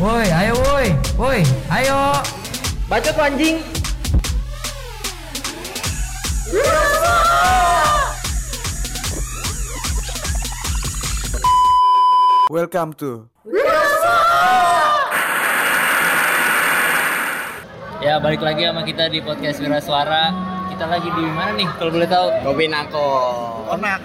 Woi, ayo woi. Woi, ayo. Bacot lu anjing. Welcome to Ya, balik lagi sama kita di podcast Wira Suara. Kita lagi di mana nih kalau boleh tahu? Gobinako. Konak.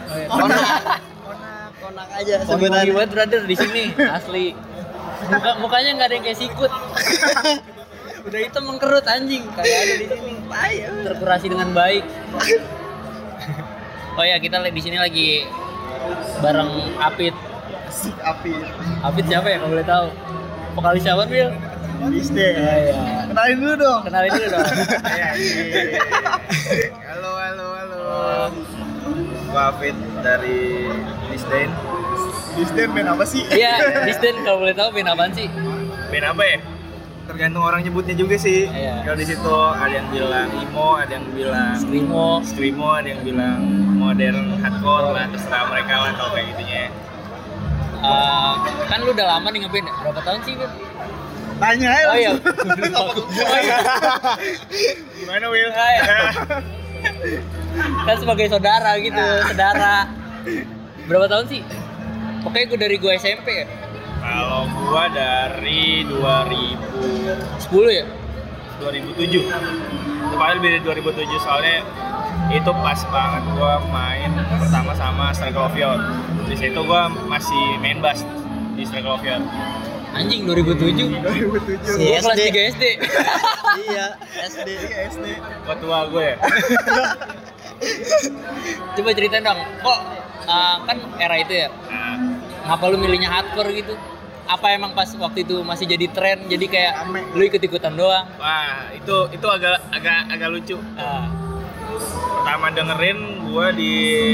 Konak aja Sebutan sebutannya. buat brother di sini asli. Mukanya nggak ada yang kayak sikut. Udah hitam mengkerut anjing kayak ada di sini. Terkurasi dengan baik. Oh ya, kita di sini lagi bareng Apit. Api. Apit siapa ya kalau boleh tahu? Vokalis siapa, Bil? Disney. Ya. Kenalin dulu dong. Kenalin dulu dong. Halo. Gua Afid dari Disney. Disney band apa sih? Iya, Disden kalau boleh tahu band apaan sih? band apa ya? Tergantung orang nyebutnya juga sih. Iya. Kalau di situ ada yang bilang emo, ada yang bilang screamo, ada yang bilang modern hardcore lah, terserah mereka lah kalau kayak gitunya. Kan lu udah lama nih ngeband ya? Berapa tahun sih, Bil? Tanya aja. Oh iya. Gimana Will? Kan sebagai saudara gitu, saudara. Berapa tahun sih? Pokoknya gue SMP ya? Kalau gua dari 10 ya? 2007. Tepatnya lebih dari 2007 soalnya itu pas banget gua main pertama sama Struggle of Your. Di situ gua masih main bass di Struggle of Your. Anjing 2007? 2007. Gue kelas 3 SD. Iya, SD. Gua tua gue ya. Coba ceritain dong, kok kan era itu ya? Nah, Ngapa lu milihnya hardcore gitu? Apa emang pas waktu itu masih jadi tren, jadi kayak Rame. lu ikut-ikutan doang? wah, itu agak lucu. Ah, Pertama dengerin gua di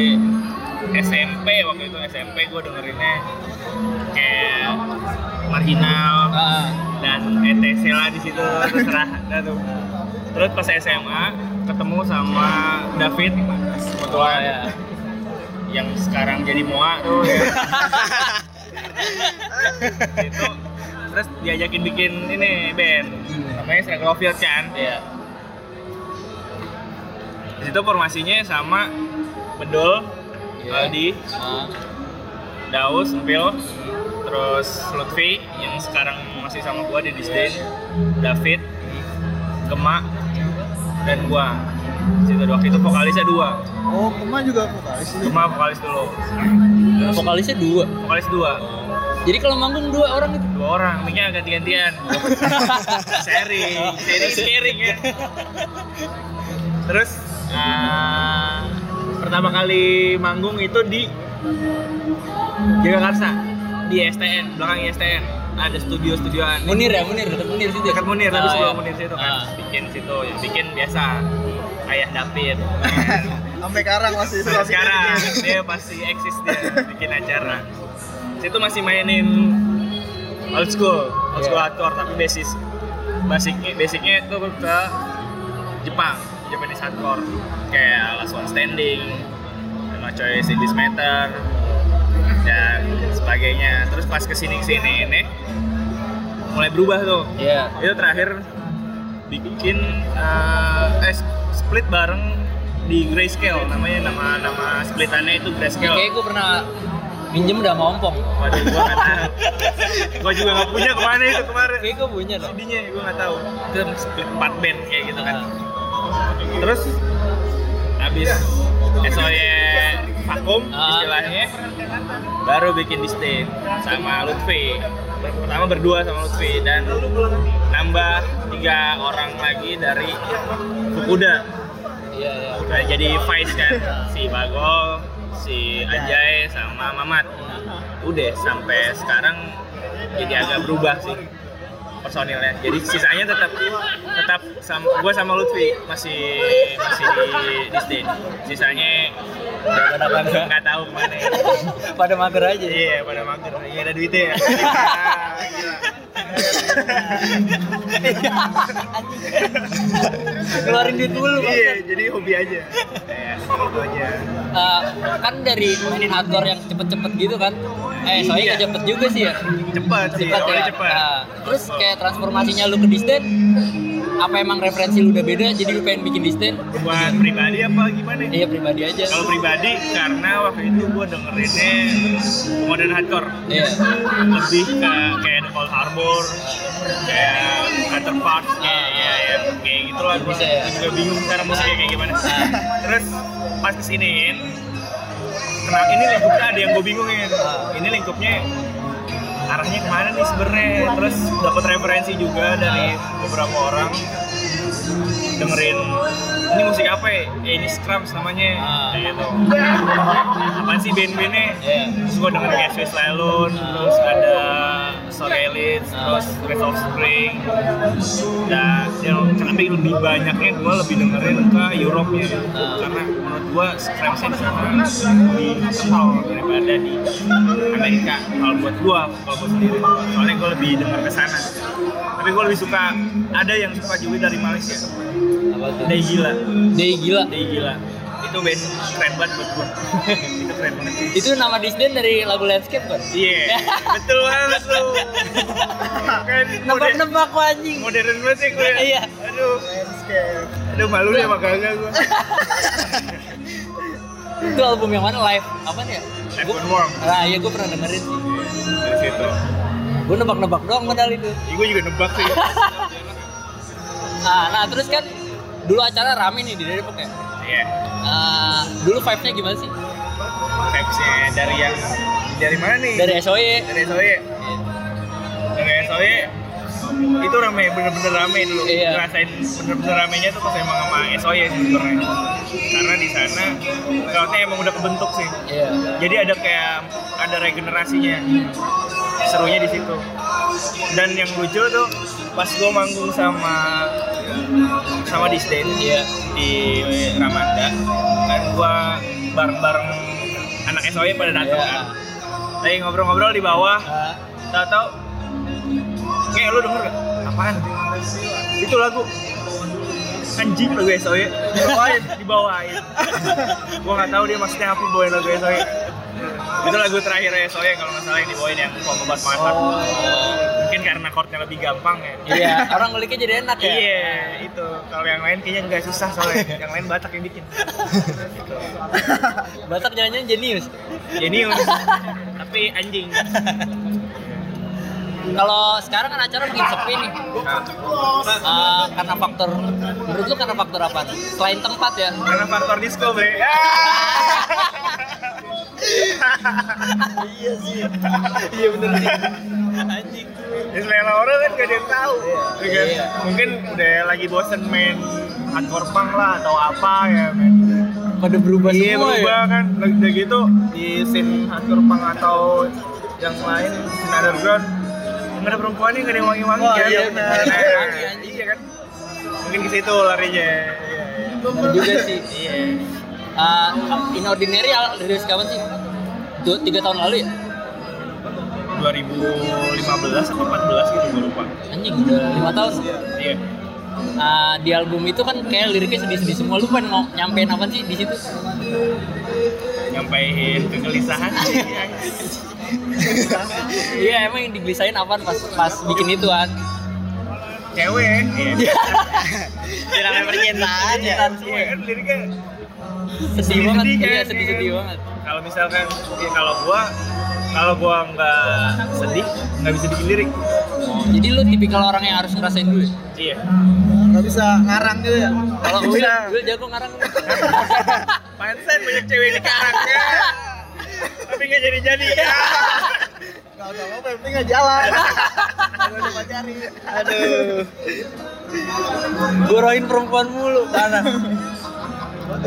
SMP, waktu itu SMP gua dengerinnya kayak Marginal dan ETC lah di situ, terserah dah tuh. Terus pas SMA ketemu sama David kebetulan ya. yang sekarang jadi Moa tuh ya. Itu terus diajakin bikin ini band namanya Struggle of Your kan. Iya. Di situ formasinya sama Bedol, Aldi, Daus, Empil, terus Lutfi yang sekarang masih sama gua di Disdain, David, Gema, dan gua. Situ waktu itu vokalisnya 2. Oh, Kema juga vokalis sih. Gema vokalis dulu. Vokalisnya 2. Vokalis 2. Jadi kalau manggung 2 orang itu? 2 orang, mic-nya ganti-gantian. sharing ya. Terus pertama kali manggung itu di Jagakarsa, di STN, belakang ISTN ada studio-studioan. Munir dekat Munir situ. Dekat Munir, tapi sebelum Iya. Munir situ kan. Bikin situ, yang bikin biasa Ayah David. Sampai sekarang masih itu. Sampai sekarang dia pasti eksis dia bikin acara. Situ masih mainin old school hardcore tapi basicnya itu ke Jepang, Japanese hardcore kayak Last One Standing, No Choice in This Matter dan sebagainya. Terus pas kesini ini mulai berubah tuh. Iya. Itu terakhir bikin split bareng di Grayscale, namanya nama splitannya itu Grayscale. Kayaknya gue pernah minjem udah sama ompong. Waduh, gua nggak tahu. Gua juga nggak punya kemana itu kemarin. Kayaknya gue punya dong. CD-nya gua nggak tahu. Itu split 4 band kayak gitu kan. Terus habis SOY vakum istilahnya, baru bikin Disdain sama Lutfi. Pertama berdua sama Lutfi dan nambah 3 orang lagi dari Fukuda. Iya. Udah jadi Vice kan, si Bagol, si Anjay sama Mamat. Udah sampai sekarang jadi agak berubah sih personilnya. Jadi sisanya tetap sama gua sama Lutfi masih di Disdain. Sisanya nggak tahu kemana. Pada mager aja. Iya, pada mager. Iya, ada duitnya ya. Gila. Keluarin duit dulu. Iya, jadi hobi aja. Kayak gitu aja. Kan dari mainin hardcore yang cepet-cepet gitu kan. Soalnya Iya. nggak cepet juga sih ya. Cepat sih, Cepet awalnya ya. cepat. Terus kayak transformasinya lu ke distain, apa emang referensi lu udah beda jadi lu pengen bikin distain? Buat pribadi apa gimana? Iya pribadi aja. Kalau pribadi karena waktu itu gue dengerinnya modern hardcore. Iya. Lebih ke kayak The Cold Harbor, kayak Counterpart, kayak gitulah. Gue Bisa ya? juga bingung cara musiknya kayak gimana. Terus pas kesiniin, kenapa ini lingkupnya ada yang gue bingungin. Ini lingkupnya arahnya kemana nih sebenarnya. Terus dapat referensi juga dari beberapa orang, dengerin ini musik apa ya? Ini Scrums namanya, kayak gitu. Apaan sih band-bandnya? Iya. Terus gue dengerin kayak Swiss Lalun, terus ada Sorry Elites, terus Rise of Spring. Dan yang tapi lebih banyaknya gue lebih dengerin ke Europe-nya, karena menurut gue Scrumsnya di sana lebih kental daripada di Amerika. Kalau buat gue sendiri, soalnya gue lebih denger ke sana. Tapi gue lebih suka, ada yang suka juga dari Malaysia. Apa tuh? Day Gila. Day Gila. Itu band keren banget buat gue. Itu keren banget. Itu nama distain dari lagu Landscape kan? Iya, betul banget lu. Kan Nebak-nebak gua anjing. modern banget sih gue. Iya. Aduh malu deh sama kagak gue. Itu album yang mana live? Apa nih ya? Live on Warm. Nah, iya gue pernah dengerin sih. Dari situ. Gue nebak-nebak doang padahal itu. Gue juga nebak sih. Nah, terus kan dulu acara rame nih di Depok ya. Iya. Dulu vibe-nya gimana sih? Vibes-nya dari mana nih? Dari SOY. Dari SOY. Dari SOY itu rame, bener-bener rame dulu. Iya. Ngerasain bener-bener ramenya tuh pas emang sama SOY sih sebenarnya. Karena di sana crowd-nya emang udah kebentuk sih. Iya. Jadi ada regenerasinya. Serunya di situ. Dan yang lucu tuh pas gue manggung sama Disdain di Ramanda, kan gue bareng anak SOY pada datang kan. Lagi ngobrol-ngobrol di bawah, tahu-tahu kayak lu denger gak? Apaan? Itu lagu anjing lagu SOY dibawain. Gua nggak tahu dia maksudnya apa bawain lagu SOY. Itu lagu terakhir SOY kalau nggak salah yang dibawain yang Pembebat Masak. Mungkin karena chordnya lebih gampang ya. Iya, orang nguliknya jadi enak ya. Iya, itu. Kalau yang lain kayaknya nggak susah soalnya. Yang lain Batak yang bikin. Gitu. Batak jangan-jangan jenius. Jenius. Tapi anjing. Kalau sekarang kan acara makin sepi nih. Karena faktor, menurut lu karena faktor apa? Selain tempat ya? Karena faktor disco, bre. Iya sih. Iya bener sih. Anjing. Ya selera orang kan gak ada yang tahu. Iya. Mungkin udah lagi bosen main hardcore punk lah atau apa ya, men. Pada berubah Iya, semua berubah ya? kan. Udah gitu di scene hardcore punk atau yang lain, scene underground, nggak ada perempuannya, nggak ada yang wangi-wangi. Oh, kan? iya benar. Iya kan. Mungkin ke situ larinya. Bener juga sih. Iya. Inordinary dari kapan sih? 3 tahun lalu ya? 2015 atau 14 gitu, gue lupa. Anjing, udah 5 tahun. Iya. Di album itu kan kayak liriknya sedih-sedih semua. Lu pengen mau nyampein apa sih di situ? Nyampein kegelisahan. Iya, emang yang digelisahin apaan pas bikin itu kan? Cewek. Iya. Namanya percintaan ya. Iya kan liriknya Sedih banget, kan, iya sedih-sedih banget. Kalau misalkan kalau gua nggak sedih, nggak bisa bikin lirik. Jadi lu tipikal orang yang harus ngerasain dulu ya? Iya. Nggak bisa ngarang gitu ya. Kalau Bisa. gue jago ngarang. Pantesan banyak cewek di karangnya. Tapi nggak jadi-jadi. Nggak apa-apa, yang penting nggak jalan. Nggak ada pacarin. Aduh. Goroin perempuan mulu tanah.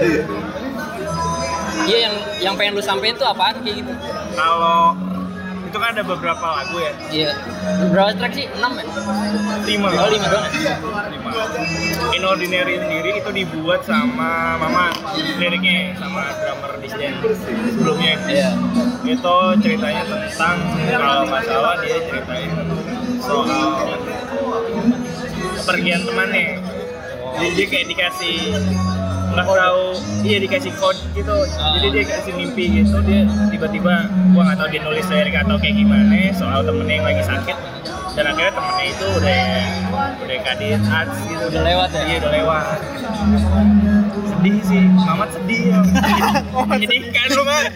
Iya, yang pengen lu sampein tuh apaan kayak gitu? Kalau itu itu kan ada beberapa lagu ya. Iya. Berapa track sih? 6 ya? 5. Oh 5 doang ya? 5. In Ordinary sendiri itu dibuat sama Mama, liriknya sama drummer Disden sebelumnya. Iya. Itu ceritanya tentang, kalau nggak salah dia ceritain soal kepergian temannya. Jadi dia kayak dikasih nggak tahu, iya dikasih code gitu. Jadi dia kasih mimpi gitu, dia tiba-tiba gua nggak tahu dia nulis lirik atau kayak gimana soal temennya yang lagi sakit, dan akhirnya temennya itu udah kadit arts gitu, Udah lewat ya? Iya udah lewat. Sedih sih, Mamat sedih ya. Menyedihkan lu kan.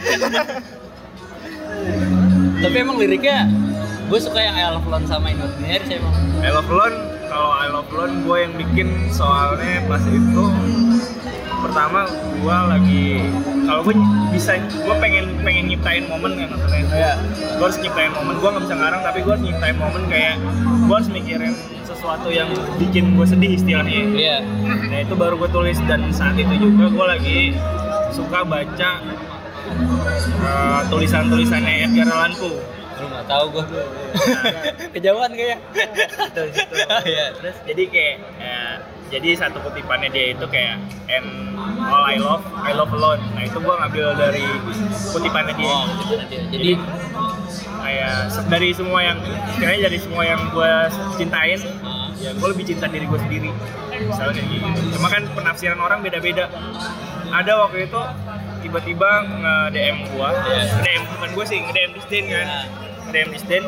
Tapi emang liriknya gue suka yang I Love Lone sama In Ordinary sih emang. I Love Lone, kalau I Love Lone gue yang bikin, soalnya pas itu pertama gue lagi, kalau gue bisa, gue pengen nyiptain momen kan maksudnya. Iya. Gue harus nyiptain momen, gue nggak bisa ngarang tapi gue harus nyiptain momen, kayak gue harus mikirin sesuatu yang bikin gue sedih istilahnya. Iya. Nah itu baru gue tulis, dan saat itu juga gue lagi suka baca tulisannya Edgar Allan Poe. Lu nggak tahu gue. Kejauhan kayaknya. Itu. Iya. Terus jadi kayak jadi satu kutipannya dia itu kayak and all I love alone. Nah itu gue ngambil dari kutipannya dia. Oh, kutipannya dia. Jadi kayak dari semua yang gue cintain, ya gue lebih cinta diri gue sendiri. Misalnya kayak gitu. Cuma kan penafsiran orang beda-beda. Ada waktu itu tiba-tiba nge-DM gue, nge-DM bukan gue sih, nge-DM Disden kan. Nge-DM Disden,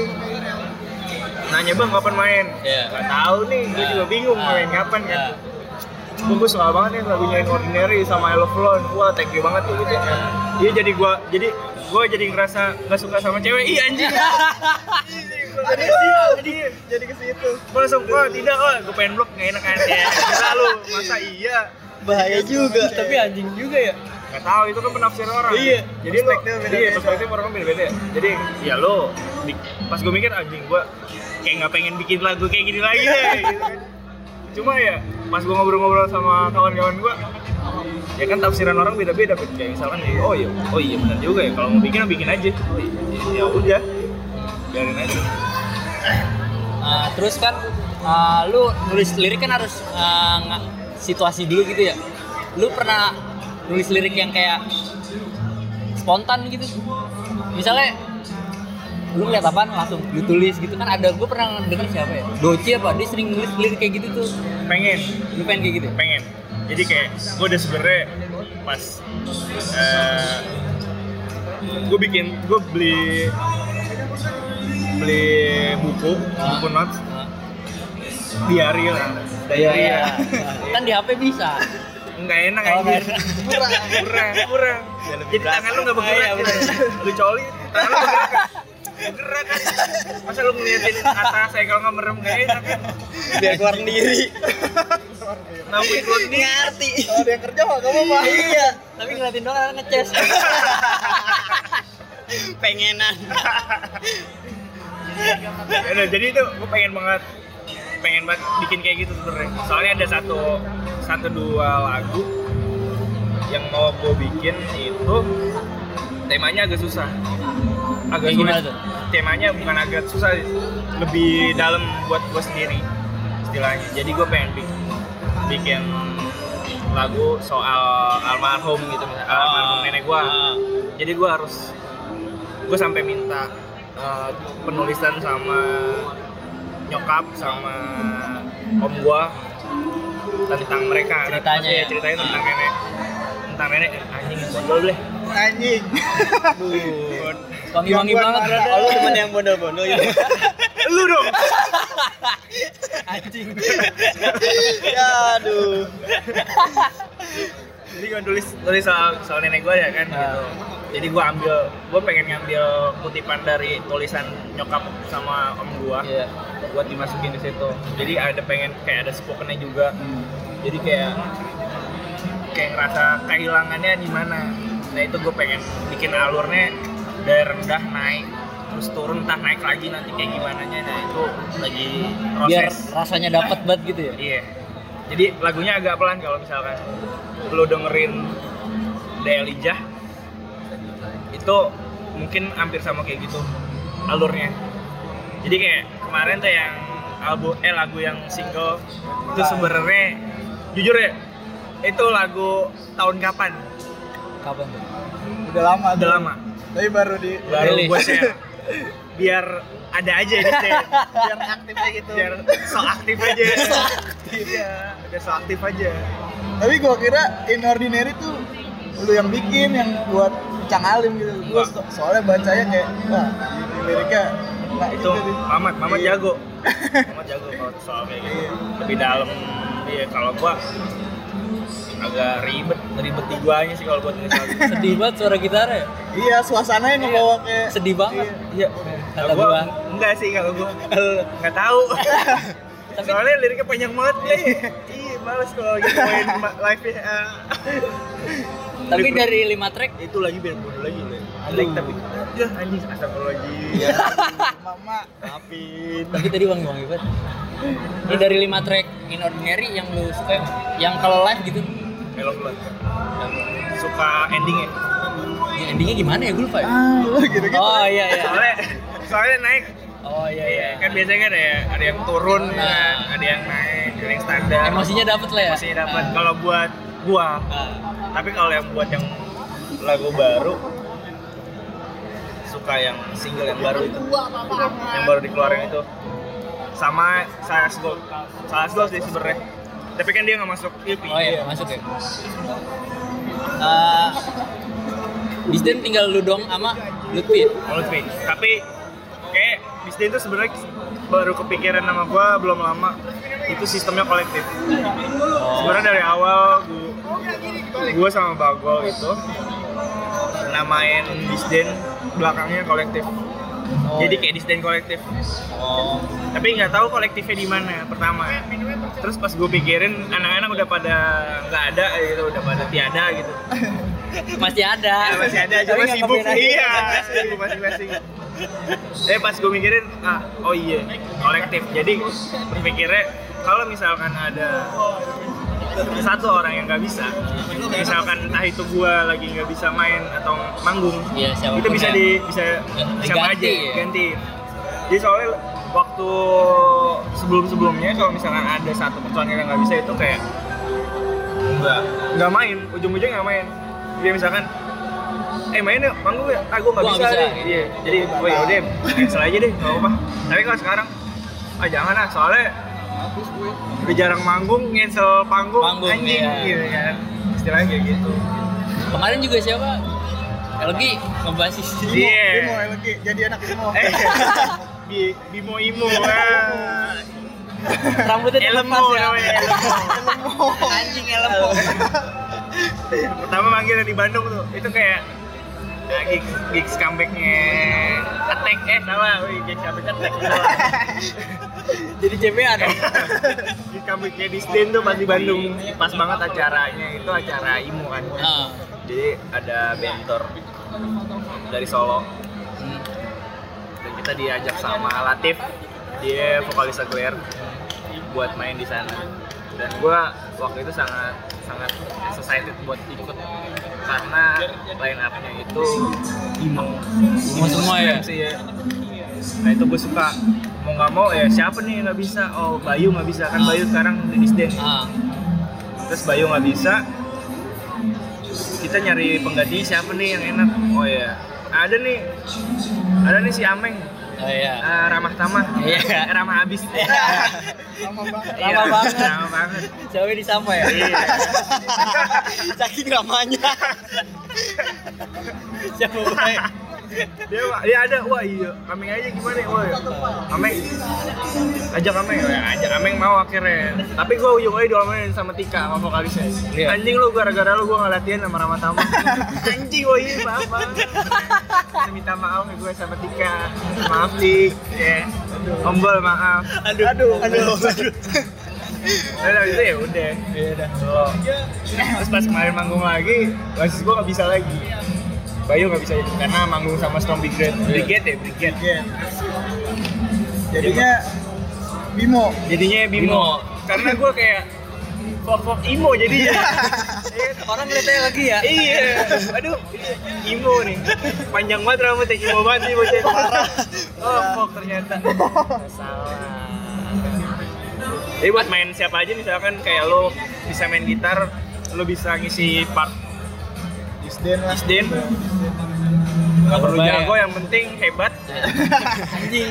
nanya bang kapan main? Gak tahu nih, gue juga bingung main kapan kan. Gue suka banget nih lagunya In Ordinary sama I Love Lone. Wah thank you banget tuh gitu. Dia jadi gue jadi ngerasa gak suka sama cewek. Ih anjing. jadi ke situ. Gue langsung tidak, gue pengen blok, gak enak kan ya. Gila lu, masa iya? Bahaya juga. tapi anjing juga ya. Gak tahu, itu kan penafsiran orang. Iya. Jadi perspektif orang kan beda-beda. Jadi ya lo pas gue mikir anjing, gue kayak nggak pengen bikin lagu kayak gini lagi deh. Gitu kan. Cuma ya pas gue ngobrol-ngobrol sama kawan-kawan gue, ya kan tafsiran orang beda-beda. Kayak misalkan oh iya benar juga ya, kalau mau bikin aja. Ya udah, biarin aja. Terus kan lu nulis lirik kan harus situasi dulu gitu ya. Lu pernah nulis lirik yang kayak spontan gitu? Misalnya lu ngeliat apaan langsung lu tulis gitu kan? Ada, gue pernah denger siapa ya? Doci apa? Dia sering nulis lirik kayak gitu tuh. Lu pengen kayak gitu? Pengen. Jadi kayak gue udah sebenarnya pas gue beli buku notes, diary lah. Iya. Kan di HP bisa. Enggak enak anjir. Kurang. Jadi tangan lu enggak bergerak. Lu coli, tangan lu bergerak kan. Masa lu ngeliatin atas saya kalau enggak merem enggak enak kan. Biar keluar sendiri. Nampak keluar sendiri. Ngerti. Kalau dia kerja mah enggak apa-apa. Iya. Tapi ngeliatin doang ngeces. Pengenan. Ya, jadi itu gue pengen banget bikin kayak gitu sebenarnya. Soalnya ada satu dua lagu yang mau gue bikin itu temanya agak susah. Agak sulit. Temanya bukan agak susah, lebih dalam buat gue sendiri istilahnya. Jadi gue pengen bikin lagu soal almarhum gitu, misalnya almarhum nenek gue. Jadi gue sampai minta penulisan sama nyokap sama om gua tentang mereka, ceritanya tentang nenek anjing bondol deh Anjing. Wangi-wangi banget brother. Lu temen yang bondol-bondol ya. lu dong Anjing. Ya aduh. Jadi gue tulis soal nenek gue ya kan gitu. Jadi gue pengen ngambil kutipan dari tulisan nyokap sama om gue, buat dimasukin di situ. Jadi pengen kayak ada spokennya juga. Jadi kayak ngerasa kehilangannya di mana. Nah itu gue pengen bikin alurnya dari rendah naik terus turun, entah naik lagi nanti kayak gimana nya. Nah itu lagi proses. Biar rasanya dapet banget gitu ya. Iya. Jadi lagunya agak pelan kalau misalkan lo dengerin Elijah itu mungkin hampir sama kayak gitu. alurnya. Jadi kayak kemarin tuh yang lagu yang single itu sebenarnya jujur ya, itu lagu tahun kapan? Kapan tuh? Udah lama. Tapi baru rilis. gue share. Biar ada aja di stage. biar aktif aja gitu. Biar so aktif aja. Biar so aktif aja. Tapi gua kira Inordinary tuh lu yang bikin, yang buat Cang Alim gitu. Gua soalnya bacanya kayak wah, ini liriknya nah, Itu gitu. Mamat Iya. jago. Mamat jago kalau soal kayak gitu. Lebih dalam dia. Kalau gua agak ribet di guanya sih kalau buat nulis lagu. Sedih banget suara gitar ya. Iya, suasananya ngebawa kayak Sedih banget. Iya. Kata Kalau gua. enggak sih kalau gua enggak tahu. Soalnya liriknya panjang banget nih. Iya, males kalau gitu main live ya. Tapi dari 5 track Itu lagi biar bodoh lagi deh. Like tapi ya anjing astagfirullahaladzim. Iya. Mama Maafin. tapi tadi bang Ivan. Ini dari 5 track Inordinary yang lu suka, yang kalau live gitu. Hello Blood. Suka endingnya. Ya, endingnya gimana ya, gue lupa ya. gitu-gitu. Oh iya. Soalnya naik. Oh iya. Kan biasanya kan ada yang turun, Nah. kan, ada yang naik, ada yang standar. Emosinya dapet lah ya. Emosinya dapat. Kalau buat gua, tapi kalau yang buat yang lagu baru suka yang single yang baru itu, yang baru dikeluarin itu, sama Salas Gold sih sebenarnya. Tapi kan dia nggak masuk EP. Oh iya, masuk ya. Disden tinggal lu dong sama Lutfi ya? Lutfi. Tapi kayak Disney itu sebenarnya baru kepikiran sama gua belum lama. Itu sistemnya kolektif. Sebenarnya dari awal gua sama Bagol itu namain Disden, belakangnya kolektif. Jadi kayak Disden kolektif. Tapi nggak tahu kolektifnya di mana pertama. Terus pas gue pikirin anak-anak udah pada nggak ada gitu, udah pada tiada gitu. Masih ada. Ya, masih ada, cuma sibuk. Iya, sibuk masing-masing. Pas gue mikirin, oh iya, kolektif. Jadi berpikirnya kalau misalkan ada satu orang yang nggak bisa, misalkan entah itu gue lagi nggak bisa main atau manggung, Iya, itu bisa ya. bisa Diganti, aja ya? ganti. Jadi soalnya waktu sebelumnya kalau misalkan ada satu personil yang nggak bisa itu kayak nggak main, ujung-ujungnya nggak main. Dia misalkan main yuk, manggung ya, gue nggak bisa bisa, deh. gitu. Iya, jadi gue yaudah cancel aja deh, nggak apa-apa. Tapi kalau sekarang jangan lah, soalnya udah jarang manggung, cancel panggung anjing iya. gitu kan, istilahnya kayak gitu. Kemarin juga siapa? Elgi ngebasis. Iya. Bimo lagi jadi anak Bimo. Bimo Imo Rambutnya Elmo dilepas ya. namanya. Anjing Elmo. Pertama manggil di Bandung tuh, itu kayak gigs comebacknya Attack, gigs comeback Attack gitu. Jadi CBA dong. Gigs comebacknya Disden tuh pas di Bandung, pas banget acaranya, itu acara IMO kan. Jadi ada bentor dari Solo dan kita diajak sama Latif, dia vokalis Agler, buat main di sana. Dan gue waktu itu sangat excited buat ikut karena line up-nya itu emo semua ya? Nah itu gue suka, mau nggak mau ya siapa nih yang nggak bisa? Oh Bayu nggak bisa kan, Bayu sekarang di Disden. Terus Bayu nggak bisa, kita nyari pengganti siapa nih yang enak? Oh ya ada nih si Ameng. Oh iya. Ramah tamah. Iya. Ramah abis. Lama banget. Lama banget. Cewek disapa ya? Iya. Saking lamanya. Siapa baik? Dia ada, wah iya, Ameng aja gimana ya? Wah, Ameng ajak Ameng mau akhirnya. Tapi gue ujung-ujungnya diomelin sama Tika, sama vokalisnya. Iya. Anjing lu, gara-gara lu gue nggak latihan sama Ramah Tamah. Anjing, wah iya maaf banget. Saya minta maaf nih gue sama Tika. Maaf Tik, ya. Ombol maaf. Aduh. Udah itu ya udah. Iya udah. Terus pas kemarin manggung lagi, basis gue nggak bisa lagi. Bayu nggak bisa karena manggung sama Storm Brigade. Brigade. Jadinya Bimo. Karena gue kayak Folk imo jadinya. Orang ngeliatnya lagi ya. Iya. Aduh, imo nih. Panjang banget rambutnya, imo banget nih bocah. Parah. Oh, folk ternyata. Salah. Jadi buat main siapa aja misalkan kayak lo bisa main gitar, lo bisa ngisi part Disden lah. Disden. Gak perlu jago, yang penting hebat. Anjing.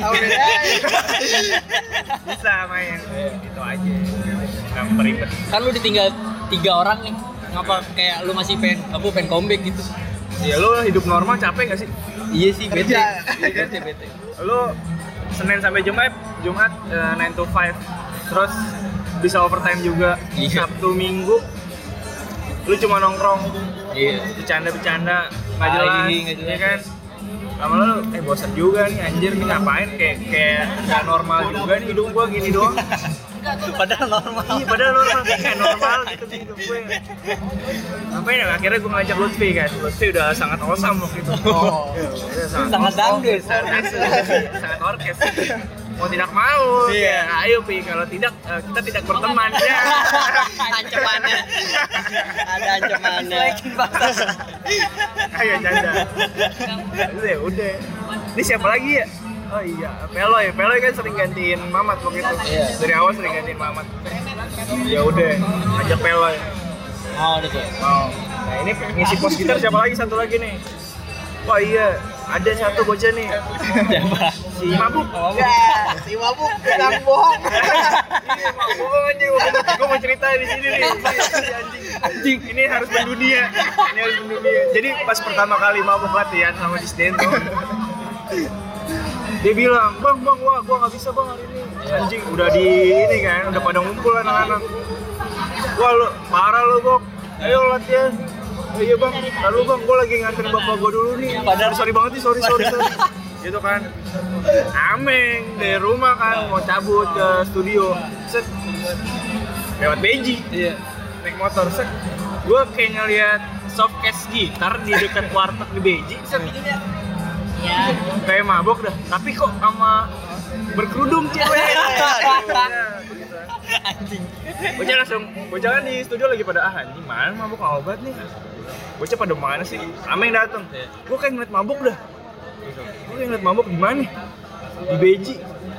Bisa main. Itu aja. Gampang ribet. Kan lu ditinggal 3 orang nih. Ngapa kayak lu masih pengen comeback gitu? Ya lo hidup normal capek gak sih? Iya sih, bete. Kerja. Bete. Lo Senin sampai Jumat 9 to 5. Terus bisa overtime juga. Iya. Sabtu Minggu lu cuma nongkrong. Iya. Bercanda nggak jelas, Nggak jelas. ya kan? Lama-lama lu bosan juga nih anjir, nih ngapain kayak nggak normal juga nih hidup gua gini doang. Padahal normal. Iya, padahal normal, kayak normal gitu sih hidup gue. Ngapain ya? Akhirnya gue ngajak Lutfi kan. Lutfi udah sangat awesome waktu itu. Oh. Udah Sangat dangdut. sangat orkes. Mau tidak mau, Iya. ya ayo Pi, kalau tidak kita tidak berteman ya. Ancamannya. Ada ancamannya. Ayo canda. Udah. Ini siapa lagi ya? Oh iya, Peloy kan sering gantiin Mamat waktu itu. Iya. Dari awal sering gantiin Mamat. Ya udah, ajak Peloy. Oh, udah tuh. Mau. Nah ini ngisi pos gitar siapa lagi? Satu lagi nih. Wah iya, ada satu bocah nih. Siapa? Si Mabuk. Ya, si mabuk jangan bohong. Iya, bohong anjing. Gue mau cerita di sini nih. Anjing. Ini harus mendunia. Jadi pas pertama kali Mabuk latihan sama Disden tuh, dia bilang, bang, wah, gua nggak bisa bang hari ini. Anjing, udah di ini kan, udah pada ngumpul anak-anak. Wah lu, parah lu Bok. Ayo latihan. Oh, iya bang, lalu bang, gua lagi nganterin bapak gua dulu nih. Padahal sorry banget nih, sorry. Gitu kan. Ameng dari rumah kan, mau cabut ke studio. Set. Lewat Beji. Iya. Naik motor, set. Gua kayak ngeliat softcase gitar di dekat warteg di Beji. Set. Ya. Kayak mabok dah, tapi kok sama berkerudung cewek. Anjing. Bocah kan di studio lagi pada anjing mana mabok obat nih. Bocah pada mana sih? Ameng dateng. Gua kayak ngeliat mabok dah. Gua kayak ngeliat mabok di mana? Di Beji.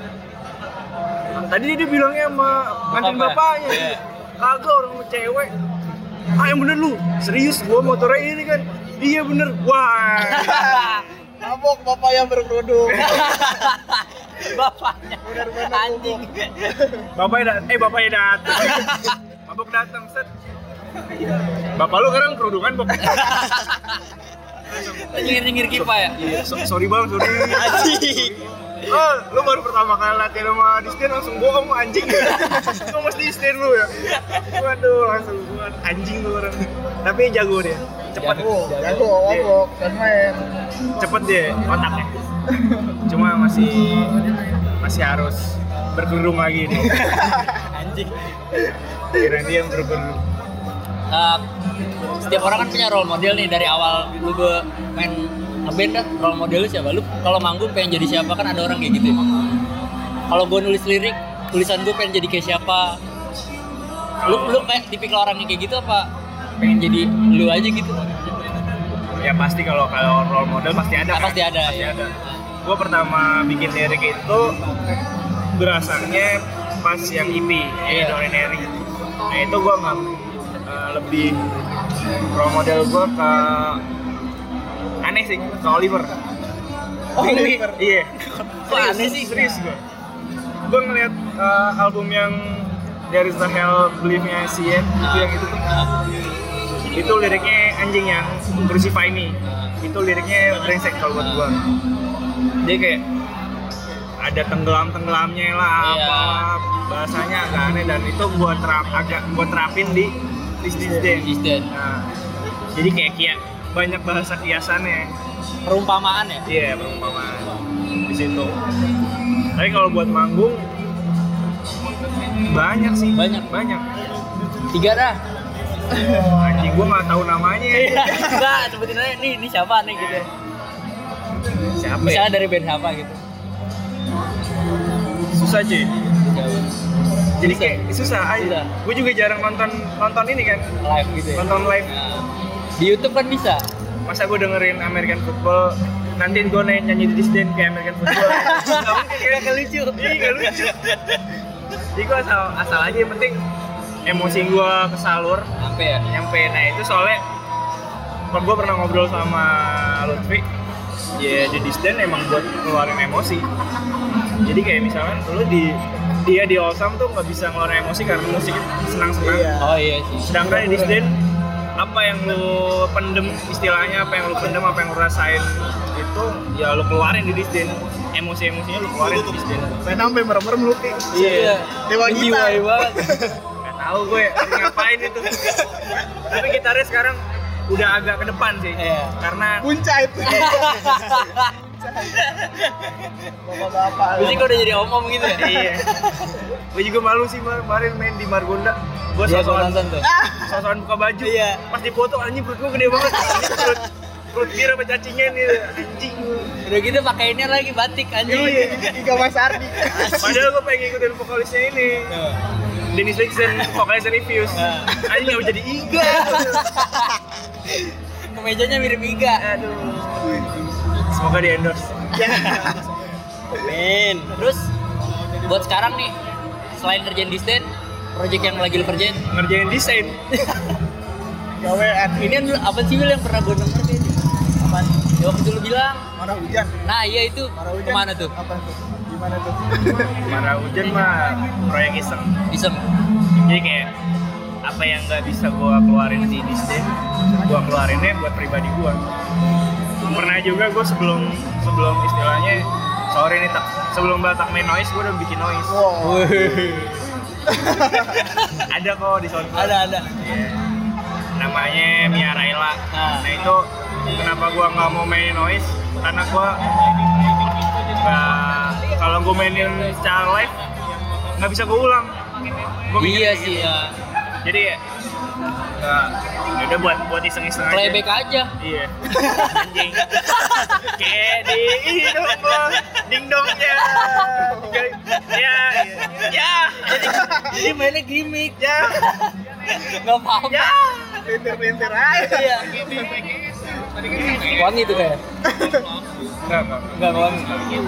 Tadi dia bilangnya sama ngantin bapaknya. Iya. Kagak orang sama cewek. Ah yang bener lu, serius gua motornya ini kan. Iya bener. Wah. Mabok bapak yang berkerudung. Bapaknya. Benar-benar Anjing. Bapaknya datang. Mabok datang set. Bapak lu sekarang kerudungan, Bok. Nyengir kipa ya? Sorry bang, sorry. Anjing. Oh, lu baru pertama kali latihan sama Disden langsung bohong anjing. Lu mesti Disden lu ya. Waduh, langsung gua anjing lu orang. Tapi jago dia. Cepet. Jago, mabok dan main. Cepet dia otaknya. Cuma masih harus berkerudung lagi nih. Anjing. Kira dia yang berkerudung. Setiap orang kan punya role model nih dari awal lu main ngeband dah, role model lu siapa? Lu kalau manggung pengen jadi siapa, kan ada orang kayak gitu ya. Kalau gue nulis lirik, tulisan gue pengen jadi kayak siapa? Lu kayak tipikal orang yang kayak gitu apa pengen jadi lu aja gitu? Ya pasti kalau role model pasti ada. Pasti ada. Gue pertama bikin lirik itu berasanya pas yang EP, Ordinary. Nah itu gue nggak lebih role model gue ke aneh sih, ke Oliver. Oliver. Iya. Kok aneh sih? Serius gue ngeliat album yang There Is The Hell Believe-nya Sien, itu yang itu tuh. Itu liriknya anjing yang Crucify Me. Itu liriknya brengsek kalau buat gue. Dia kayak ada tenggelamnya lah, apa bahasanya agak aneh, dan itu buat terapin di Disden. Nah, jadi kayak banyak bahasa kiasannya. Perumpamaan ya? Iya, perumpamaan di situ. Tapi kalau buat manggung banyak sih. Banyak. 3 dah. Anjing gua nggak tahu namanya. Enggak, sebutin aja nih siapa nih gitu. Siapa? Misalnya Ya? dari band siapa gitu. Susah cuy. Jadi kayak susah aja. Gue juga jarang nonton nonton ini kan, Live gitu ya. nonton live. Nah, di YouTube kan bisa. Masa gue dengerin American football, nanti gue nyanyi di disden kayak American football. Nggak mungkin kayak lucu. Iya nggak lucu. Jadi gue asal aja, yang penting emosi gue kesalur. Sampai ya. Nyampe. Nah itu soalnya gue pernah ngobrol sama Lutfi. Ya di disden emang buat ngeluarin emosi. Jadi kayak misalnya lu dia di Awesome tuh nggak bisa ngeluarin emosi karena musiknya senang-senang. Iya. Oh iya sih. Sedangkan di disden apa yang lu pendem, istilahnya apa yang lu pendem, apa yang lu rasain itu ya lu keluarin di disden. Emosi-emosinya lu keluarin di disden. Main sampai merem-merem lu kayak Iya. Dewa gitar. Jiwa banget. Gak tahu gue ngapain itu. Tapi gitarnya sekarang udah agak ke depan sih. Iya. Karena Punca itu. Bapak-bapak. Gue sih kok udah jadi om-om gitu ya. iya. Gue juga malu sih kemarin main di Margonda. Gue Iya, gua sosokan nonton tuh. sosokan buka baju. Iya. Pas dipoto anjing perut gue gede banget. Anjing, perut bir apa cacingan gitu. Anjing. Udah gitu pakainya lagi batik anjing. Iya. Iga Mas Ardi. Padahal gue pengen ngikutin vokalisnya ini. Dennis Dixon, vokalisnya Reviews. Anjing nggak jadi Iga. Kemejanya mirip Iga. Aduh. Semoga di endorse. Amin. Terus buat sekarang nih, selain kerjaan disden, project yang lagi lu kerjain, Ngerjain desain. Gawean. ini apa sih Wil yang pernah gue denger tuh? Apaan? Ya waktu lu bilang, Marah hujan. nah iya itu, Marah hujan. kemana tuh? Apa tuh? Gimana tuh? Mana hujan mah proyek iseng. Iseng. Jadi kayak apa yang nggak bisa gue keluarin di disden, gue keluarinnya buat pribadi gue. Pernah juga gue sebelum istilahnya sorry nih sebelum Batak main noise gue udah bikin noise. Wow. Ada kok di SoundCloud. Ada. Iya. Namanya Mia Raila. Nah. Nah itu kenapa gue nggak mau mainin noise, karena gue kalau gue mainin secara live nggak bisa gue ulang. Gua mikir Iya kayak sih gitu. ya. Jadi ya udah buat iseng-iseng aja. Playback aja. Iya. Anjing. Kayak di itu apa? Dingdongnya. Ya. Jadi mainnya gimmick. Ya. Nggak apa-apa. Ya. Pinter-pinter aja. Iya. Wangi tuh kayak. Enggak wangi.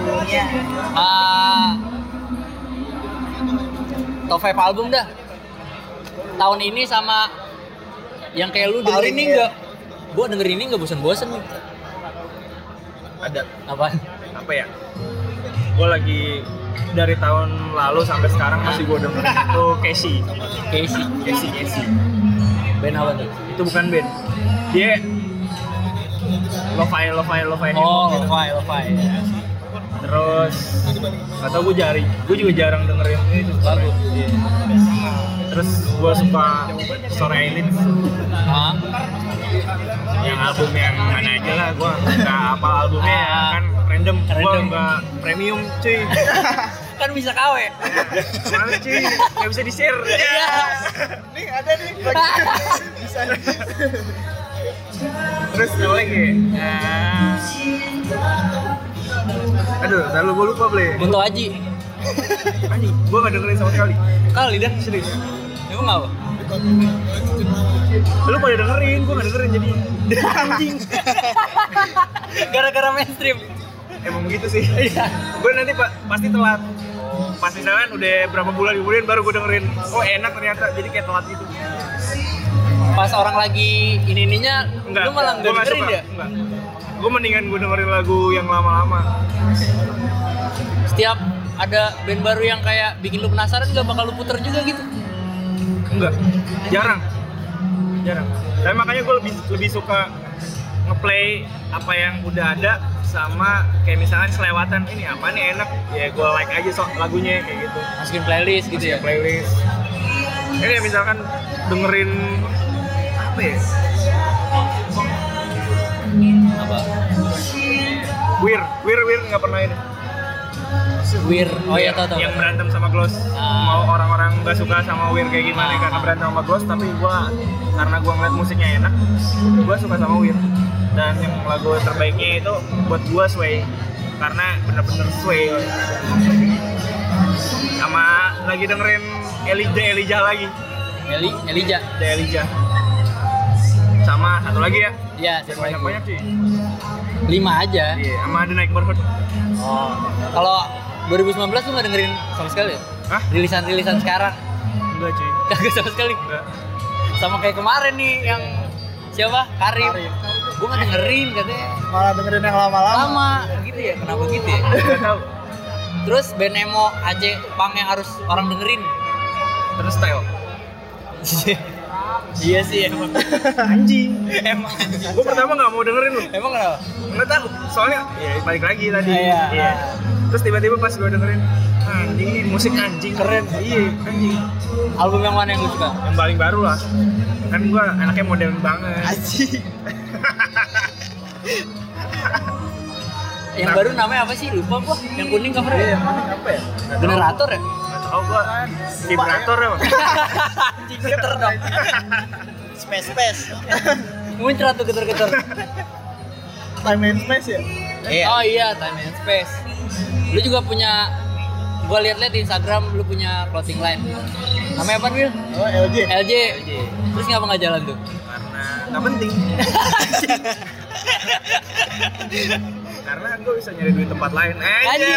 Top 5 album dah. Tahun ini sama yang kayak lu dengerin ini enggak? Gua dengerin ini enggak bosan-bosan nih. Ada Apaan? apa ya? Gue lagi dari tahun lalu sampai sekarang masih gue dengerin itu Casey. Band apa tuh? Itu bukan band. Dia lo-fi Oh, gitu. lo-fi. Terus atau gue juga jarang dengerin itu lagu. Iya. Terus gue suka Sore Eyelids. Hah? Yang album yang mana aja lah, gue nggak apa albumnya kan random. Gue nggak premium cuy. Kan bisa KW. Mana cuy, nggak bisa di share. Nih ada nih lagi. Bisa. Terus apa lagi? Aduh, lalu gue lupa Ble. Gunto Aji. Anjing, gue gak dengerin sama sekali. Kali dah. Serius. Emang apa? Lu pada dengerin, gue gak dengerin jadi Anjing. Gara-gara mainstream. emang begitu sih. Gue nanti pasti telat. Pas misalkan udah berapa bulan kemudian baru gue dengerin. Oh enak ternyata, jadi kayak telat gitu. Pas orang lagi ininya, lu malah gue nggak dengerin suka. ya? Enggak. Gue mendingan gue dengerin lagu yang lama-lama. Setiap ada band baru yang kayak bikin lu penasaran, gak bakal lu puter juga gitu? Enggak, jarang. Tapi makanya gue lebih suka ngeplay apa yang udah ada sama kayak misalnya selewatan ini apa nih enak ya gue like aja lagunya kayak gitu. Masukin playlist gitu ya? Playlist. Ini misalkan dengerin apa ya? Apa? Wir nggak pernah ini. Wir, oh iya tau. Yang berantem sama Gloss. Mau orang-orang nggak suka sama Wir kayak gimana karena berantem sama Gloss, tapi karena gua ngeliat musiknya enak, gua suka sama Wir. Dan yang lagu terbaiknya itu buat gua Sway, karena bener-bener Sway. Sama lagi dengerin Elijah lagi. Elijah. ada Elijah. Sama satu lagi ya. Iya, siapa lagi? Banyak sih. 5 aja. Iya, sama ada Neighborhood. Oh. Kalau 2019 lu nggak dengerin sama sekali ya? Hah? Rilisan sekarang? Enggak cuy. Kagak sama sekali. Enggak. Sama kayak kemarin nih yang siapa? Karim. Gue nggak dengerin katanya. Malah dengerin yang lama-lama. Lama gitu ya? Kenapa gitu ya? Enggak tahu. Terus band emo Aceh Pang yang harus orang dengerin. Terus style. Iya sih emang. Anjing. Emang anjing. Gue pertama nggak mau dengerin lu. Emang kenapa? Nggak tahu. Soalnya ya balik lagi tadi. Iya. Terus tiba-tiba pas gue dengerin, anjing ini musik anjing keren. Iya, anjing. Album yang mana yang lu suka? Yang paling baru lah. Kan gue anaknya modern banget. Anjing. Yang baru namanya apa sih? Lupa gua. Yang kuning covernya. Iya, yang mana apa ya? Generator ya? Nggak tahu gue. Vibrator ya. Anjing geter dong. Space. Muncrat tuh geter-geter. Time and Space ya? Iya. Oh iya, Time and Space. Lu juga punya, gua lihat-lihat di Instagram lu punya clothing line. Namanya apa, Wil? Oh, LJ. LJ. Terus ngapa nggak jalan tuh? Karena nggak penting. Karena gue bisa nyari duit tempat lain. Anjing.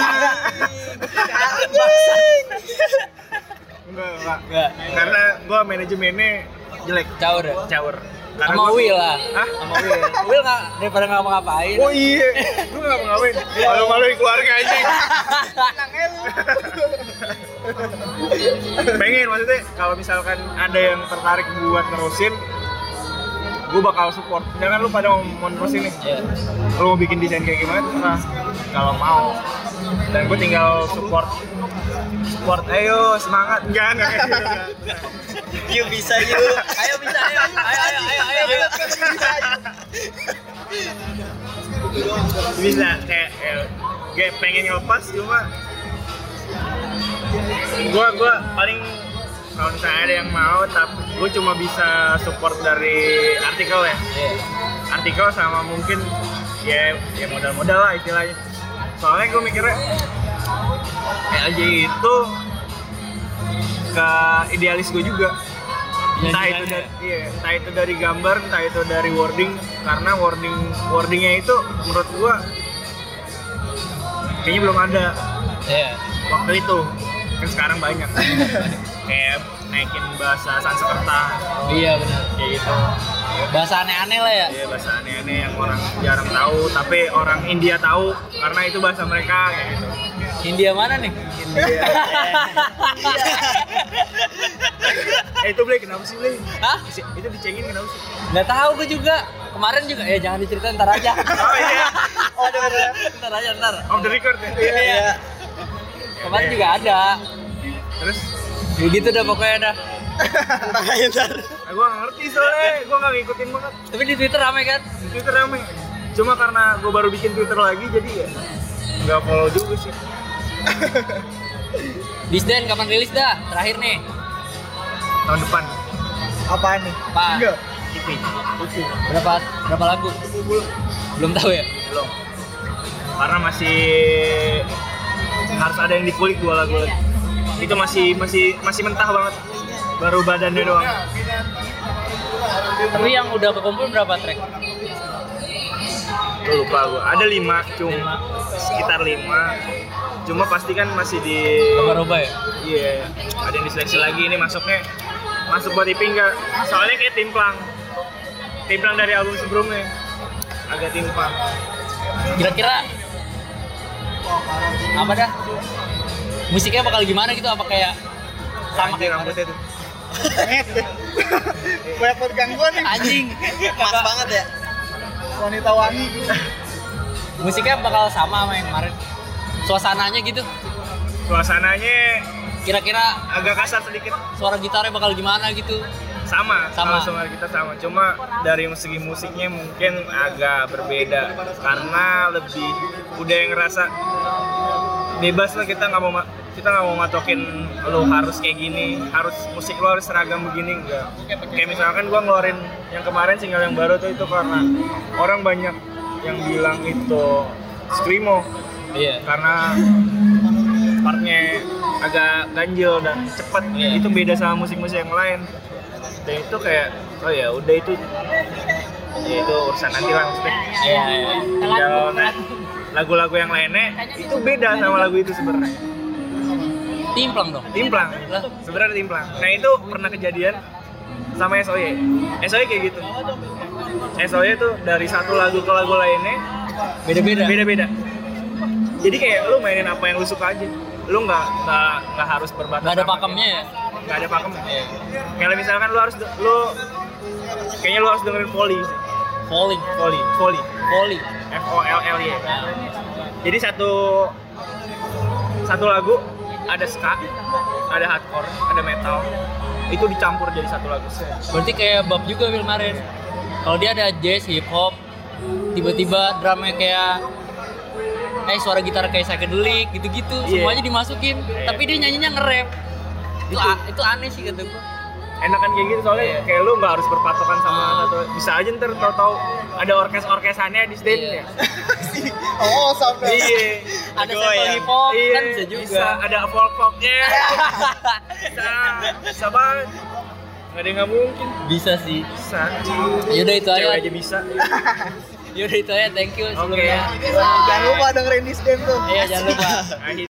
Enggak. Karena gue manajemennya jelek, Caur ya? caur. Karena Sama gua- Will lah. Hah? Sama Will. Will nggak, daripada nggak mau ngapain. Oh iya, lu nggak mau ngapain? Malu-maluin keluarga aja. Pengen maksudnya kalau misalkan ada yang tertarik buat nerusin, gue bakal support. Jangan lu pada mau nerusin nih. Iya. Lu mau bikin desain kayak gimana terserah. Kalau mau, dan gue tinggal support. Ayo semangat. Enggak kayak gitu. Yuk bisa yuk. Ayo bisa, ayo. Bisa kayak pengen ngelepas cuma gue paling kalau misalnya ada yang mau, tapi gue cuma bisa support dari artikel ya. Iya. Artikel sama mungkin ya modal-modal lah istilahnya. Soalnya gue mikirnya LJ itu ke idealis gue juga. Entah itu dari gambar, entah itu dari wording, karena wordingnya itu menurut gue kayaknya belum ada Iya. waktu itu. Kan sekarang banyak. Kayak naikin bahasa Sanskerta Iya benar. kayak gitu. Bahasa aneh-aneh lah ya. Iya, bahasa aneh-aneh yang orang jarang tahu, tapi orang India tahu karena itu bahasa mereka kayak gitu. India mana nih? India. Itu Blay, kenapa sih Blay? Hah? Itu dicengin kenapa sih? Nggak tahu gue juga. Kemarin juga, jangan diceritain ntar aja. Oh iya, Oh bener. Ntar aja, ntar. off the record ya? Iya. Kemarin juga ada. Terus, Ya gitu dah pokoknya dah. Entah aja ntar. gue gak ngerti soalnya, gue gak ngikutin banget. Tapi di Twitter rame kan? Di Twitter rame. Cuma karena gue baru bikin Twitter lagi, jadi ya nggak follow juga sih. Disden kapan rilis dah? Terakhir nih. Tahun depan. Apaan nih? Apa? Enggak. EP. Berapa lagu? Belum tahu ya? Belum. Karena masih harus ada yang dikulik 2 lagu lagi. Itu masih mentah banget. Baru badannya doang. Tapi yang udah kekumpul berapa track? Gue lupa gue. Ada 5, cuma sekitar 5. Cuma pasti kan masih di Roba-roba ya? iya, ada yang diseleksi lagi. Ini masuk buat EP enggak? Soalnya kayak timplang dari album sebelumnya. Agak timpang. Kira-kira apa dah? Musiknya bakal gimana gitu? Apa kayak sama Anjing kayak rambutnya tuh. Banyak banget gangguan nih. anjing? Pas banget ya. Wanita wangi. Musiknya bakal sama yang kemarin. Suasananya gitu. Suasananya Kira-kira agak kasar sedikit. suara gitarnya bakal gimana gitu? Sama. Sama. Kita sama. Cuma dari segi musiknya mungkin agak berbeda karena lebih udah yang ngerasa bebas lah, kita nggak mau matokin lo harus kayak gini, musik lo harus seragam begini, enggak. Kayak misalkan gua ngeluarin yang kemarin single yang baru tuh itu karena orang banyak yang bilang itu screamo Iya. karena partnya agak ganjil dan cepet. Iya. Itu beda sama musik-musik yang lain. Dan itu kayak oh ya udah itu ya itu urusan nanti lah maksudnya. Iya. Kalau lagu-lagu yang lainnya itu beda sama lagu itu sebenarnya. Timplang dong. Timplang. Sebenarnya timplang. Nah, itu pernah kejadian sama SOY. SOY kayak gitu. SOY tuh dari satu lagu ke lagu lainnya beda-beda. Jadi kayak lu mainin apa yang lu suka aja. Lu nggak harus berbatas. Nggak ada sama pakemnya ya? Nggak ada pakemnya. Iya. Kayak misalkan kayaknya lu harus dengerin Volley sih. Falling. Volley. FOLLY. Jadi satu lagu ada ska, ada hardcore, ada metal. Itu dicampur jadi satu lagu. Berarti kayak Bab juga Will kemarin. Kalau dia ada jazz, hip hop, tiba-tiba drumnya kayak suara gitar kayak psychedelic gitu-gitu, semuanya dimasukin. Tapi dia nyanyinya nge-rap. Itu aneh sih kata gua. Enakan kayak gitu soalnya kayak lu nggak harus berpatokan sama satu. Bisa aja ntar tahu-tahu ada orkesannya di stage ya. Oh, sampai. Iya. Ada sample hip hop kan bisa juga. Bisa ada folk-folknya. Bisa banget. Nggak ada yang nggak mungkin. Bisa sih. Bisa. Yaudah itu Cewek aja. aja bisa. Yaudah itu aja. Thank you sebelumnya. Oke. Jangan lupa dengerin Disdem tuh. Iya jangan lupa. Nah,